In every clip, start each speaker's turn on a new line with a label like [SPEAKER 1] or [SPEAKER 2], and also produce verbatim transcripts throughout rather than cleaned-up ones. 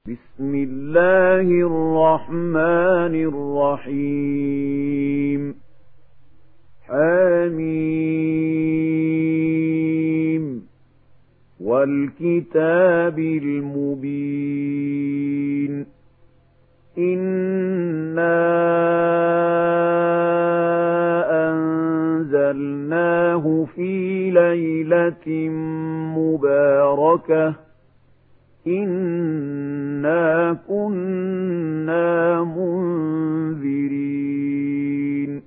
[SPEAKER 1] بسم الله الرحمن الرحيم حميم والكتاب المبين إنا أنزلناه في ليلة مباركة إنا كنا منذرين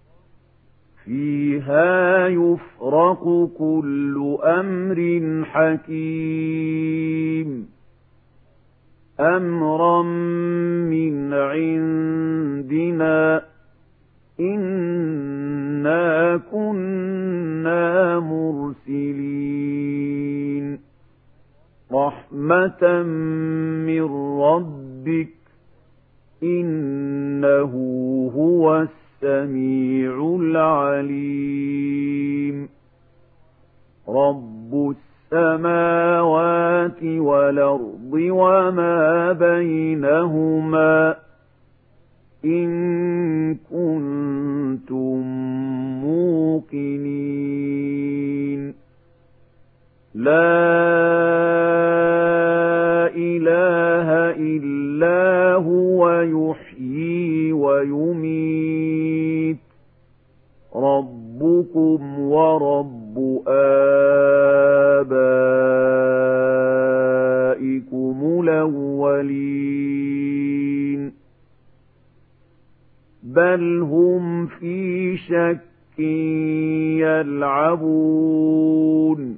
[SPEAKER 1] فيها يفرق كل أمر حكيم أمرا من عندنا إنا كنا مرسلين رحمة من ربك إنه هو السميع العليم رب السماوات والأرض وما بينهما إن كنتم موقنين لا إله إلا هو يحيي ويميت ربكم ورب آبائكم الأولين بل هم في شك يلعبون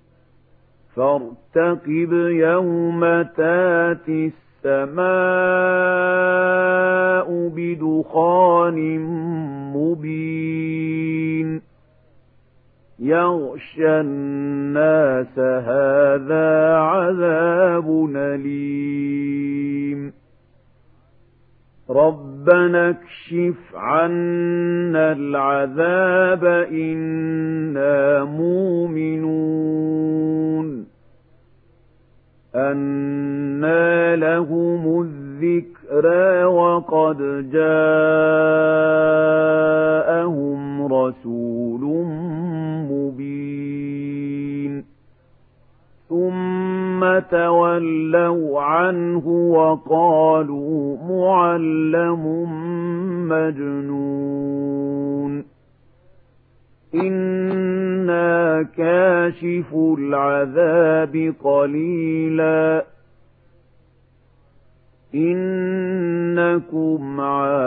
[SPEAKER 1] فارتقب يوم تاتي السماء بدخان مبين يغشى الناس هذا عذاب أليم ربنا اكشف عنا العذاب إنا مؤمنون أنى لهم الذكرى وقد جاءهم رسول مبين ثم تولوا عنه وقالوا معلم مجنون إنا كاشف العذاب قليلا إنكم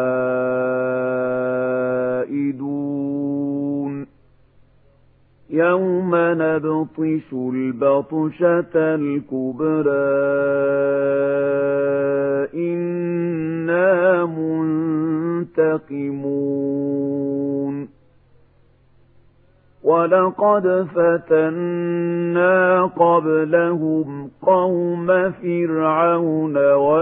[SPEAKER 1] عائدون يوم نبطش البطشة الكبرى إنا منتقمون ولقد فتنا قبلهم قوم فرعون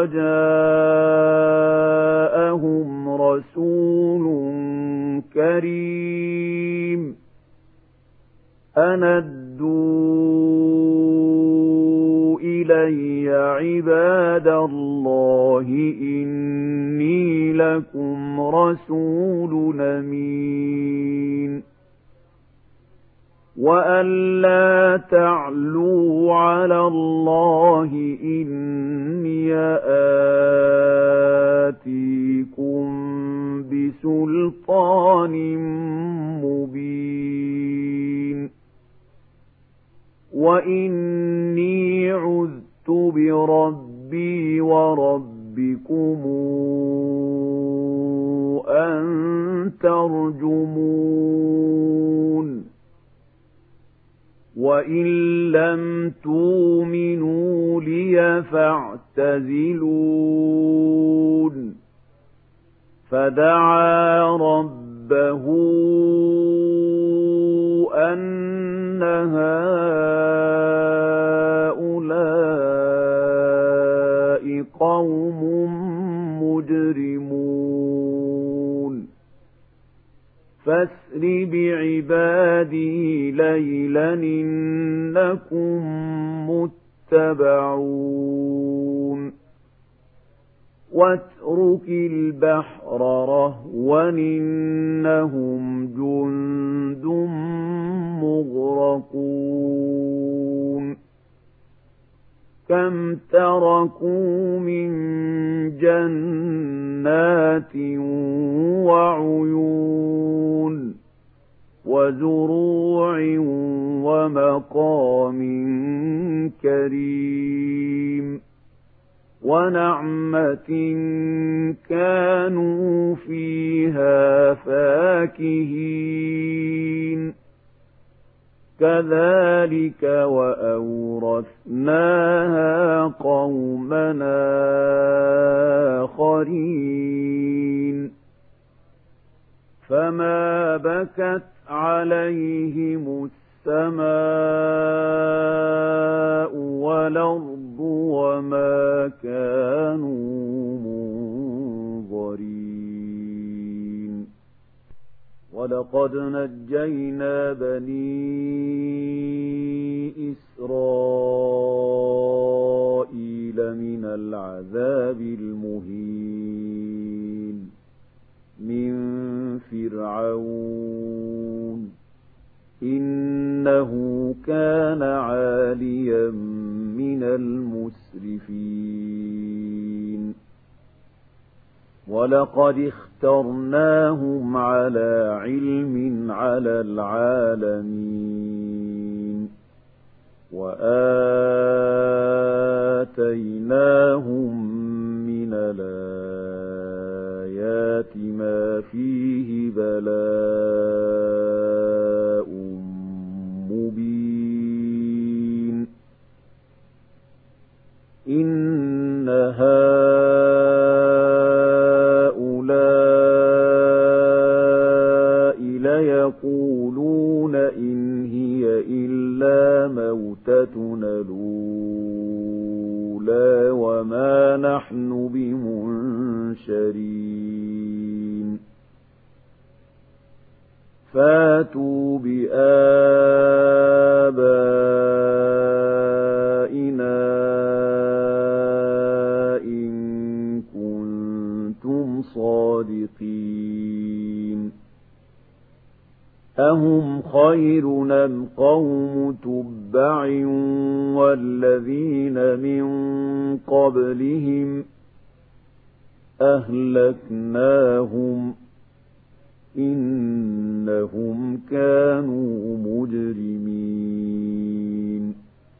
[SPEAKER 1] وجاءهم رسول كريم أن أدوا إلي عباد الله إني لكم رسول أمين وأن لا تعلوا على الله إني آتيكم بسلطان مبين وإني عذت بربي وربكم أن ترجمون وإن لم تؤمنوا لي فاعتزلون فدعا ربه أن هؤلاء قوم مجرمون فاسر بعبادي ليلا إنكم متبعون واترك البحر رهوا إنهم جند مغرقون كم تركوا من جنات وعيون وزروع ومقام كريم ونعمة كانوا فيها فاكهين كذلك وأورثناها قومنا آخرين فما بكت عليهم السماء والأرض وما كانوا منظرين ولقد نجينا بني إسرائيل من العذاب المهين من فرعون إنه كان عاليا من المسرفين ولقد اخترناهم على علم على العالمين وآتيناهم من الآيات ما فيه بلاء مبين إن هؤلاء ليقولون إن هي إلا موتتنا الأولى وما نحن بمنشرين فاتوا بآبائنا إن كنتم صادقين أهم خير أم قوم تبع والذين من قبلهم أهلكناهم إنهم كانوا مجرمين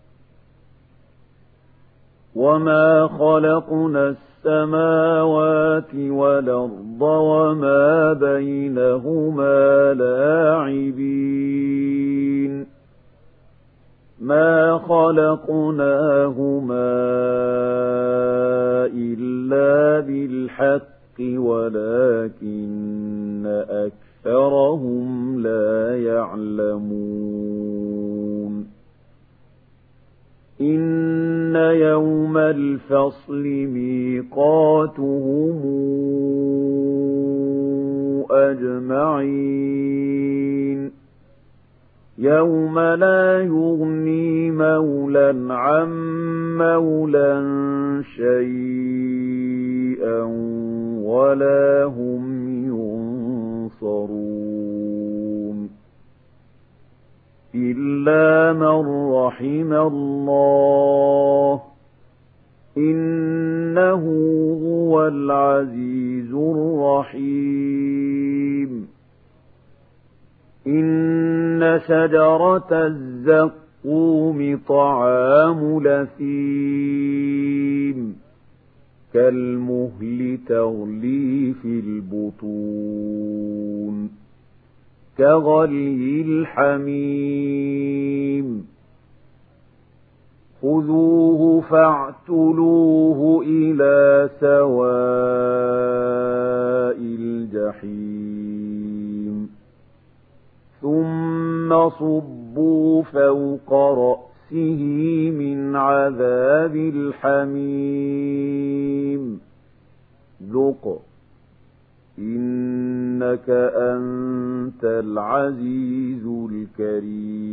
[SPEAKER 1] وما خلقنا السماوات والأرض وما بينهما لاعبين ما خلقناهما إلا بالحق ولكن أكثرهم لا يعلمون إن يوم الفصل ميقاتهم أجمعين يوم لا يغني مولى عن مولى شيئا ولا هم ينصرون إلا من رحم الله إنه هو العزيز الرحيم إن شجرة الزقوم طعام لثيم كالمهل تغلي في البطون كغلي الحميم خذوه فاعتلوه إلى سواء الجحيم ثم صبوا فوق رأسه من عذاب الحميم ذق إنك أنت العزيز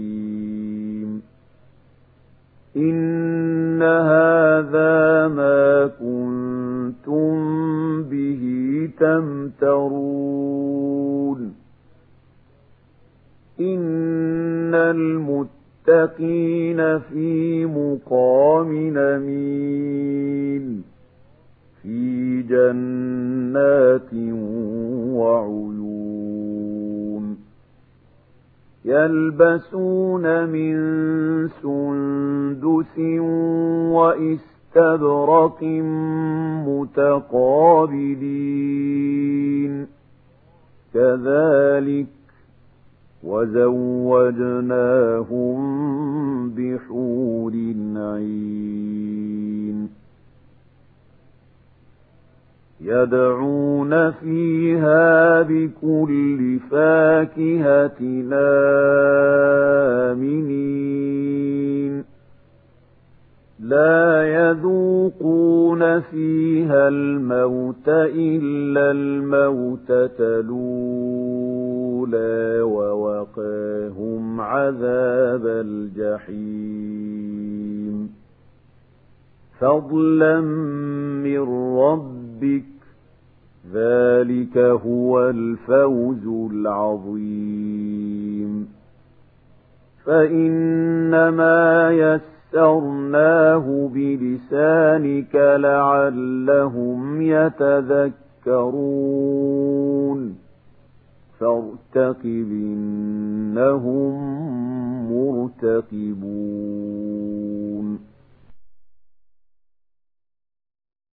[SPEAKER 1] الكريم إن هذا ما ما كنتم به تمترون إن المتقين في مقام أمين في جنات وعيون يلبسون من سندس وإستبرق متقابلين كذلك وزوجناهم بحور عين يدعون فيها بكل فاكهة آمنين لا يذوقون فيها الموت إلا الموتة الأولى ووقاهم عذاب الجحيم فضلا من ربك ذلك هو الفوز العظيم فإنما يسرناه بلسانك لعلهم يتذكرون فارتقب إنهم مرتقبون